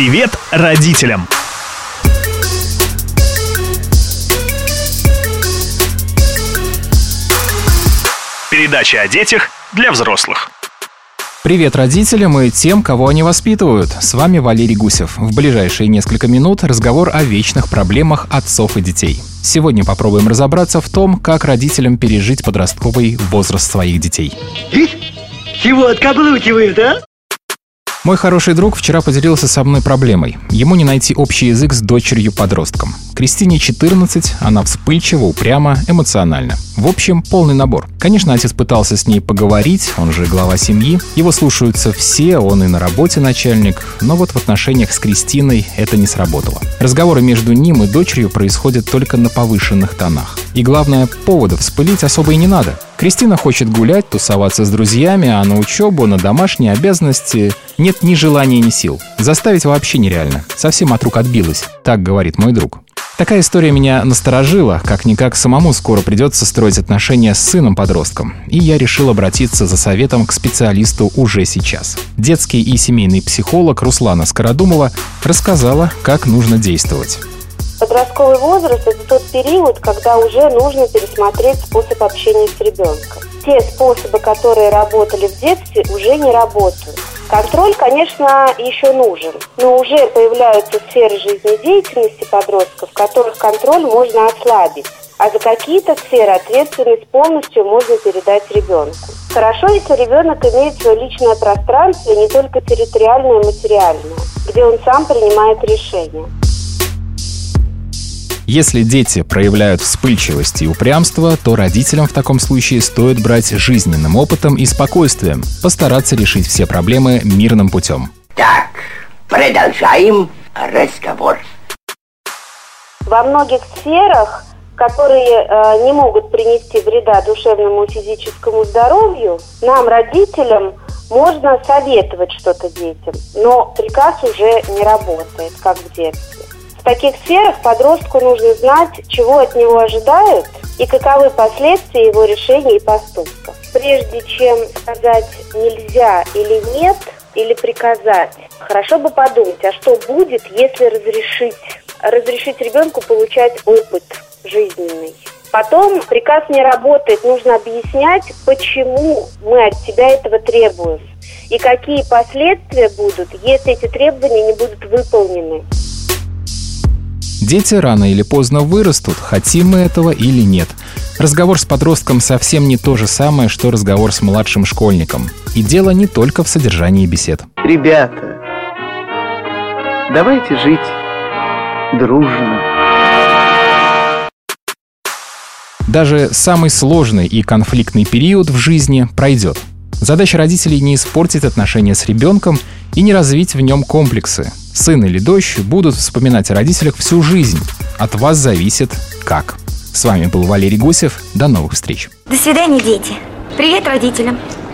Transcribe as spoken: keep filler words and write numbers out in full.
Привет родителям! Передача о детях для взрослых. Привет родителям и тем, кого они воспитывают. С вами Валерий Гусев. В ближайшие несколько минут разговор о вечных проблемах отцов и детей. Сегодня попробуем разобраться в том, как родителям пережить подростковый возраст своих детей. Чего откаблучивают, а? Мой хороший друг вчера поделился со мной проблемой. Ему не найти общий язык с дочерью-подростком. Кристине четырнадцать, она вспыльчива, упряма, эмоциональна. В общем, полный набор. Конечно, отец пытался с ней поговорить, он же глава семьи. Его слушаются все, он и на работе начальник. Но вот в отношениях с Кристиной это не сработало. Разговоры между ним и дочерью происходят только на повышенных тонах. И главное, поводов вспылить особо и не надо. Кристина хочет гулять, тусоваться с друзьями, а на учебу, на домашние обязанности нет ни желания, ни сил. Заставить вообще нереально. Совсем от рук отбилась, так говорит мой друг. Такая история меня насторожила, как-никак самому скоро придется строить отношения с сыном-подростком. И я решил обратиться за советом к специалисту уже сейчас. Детский и семейный психолог Руслана Скородумова рассказала, как нужно действовать. Подростковый возраст – это тот период, когда уже нужно пересмотреть способ общения с ребенком. Те способы, которые работали в детстве, уже не работают. Контроль, конечно, еще нужен, но уже появляются сферы жизнедеятельности подростков, в которых контроль можно ослабить, а за какие-то сферы ответственность полностью можно передать ребенку. Хорошо, если ребенок имеет свое личное пространство, не только территориальное и материальное, где он сам принимает решения. Если дети проявляют вспыльчивость и упрямство, то родителям в таком случае стоит брать жизненным опытом и спокойствием, постараться решить все проблемы мирным путем. Так, продолжаем разговор. Во многих сферах, которые э, не могут принести вреда душевному и физическому здоровью, нам, родителям, можно советовать что-то детям, но приказ уже не работает, как в детстве. В таких сферах подростку нужно знать, чего от него ожидают и каковы последствия его решений и поступков. Прежде чем сказать «нельзя» или «нет», или приказать, хорошо бы подумать, а что будет, если разрешить, разрешить ребенку получать опыт жизненный. Потом приказ не работает, нужно объяснять, почему мы от тебя этого требуем и какие последствия будут, если эти требования не будут выполнены. Дети рано или поздно вырастут, хотим мы этого или нет. Разговор с подростком совсем не то же самое, что разговор с младшим школьником. И дело не только в содержании бесед. Ребята, давайте жить дружно. Даже самый сложный и конфликтный период в жизни пройдет. Задача родителей не испортить отношения с ребенком и не развить в нем комплексы. Сын или дочь будут вспоминать о родителях всю жизнь. От вас зависит как. С вами был Валерий Гусев. До новых встреч. До свидания, дети. Привет родителям.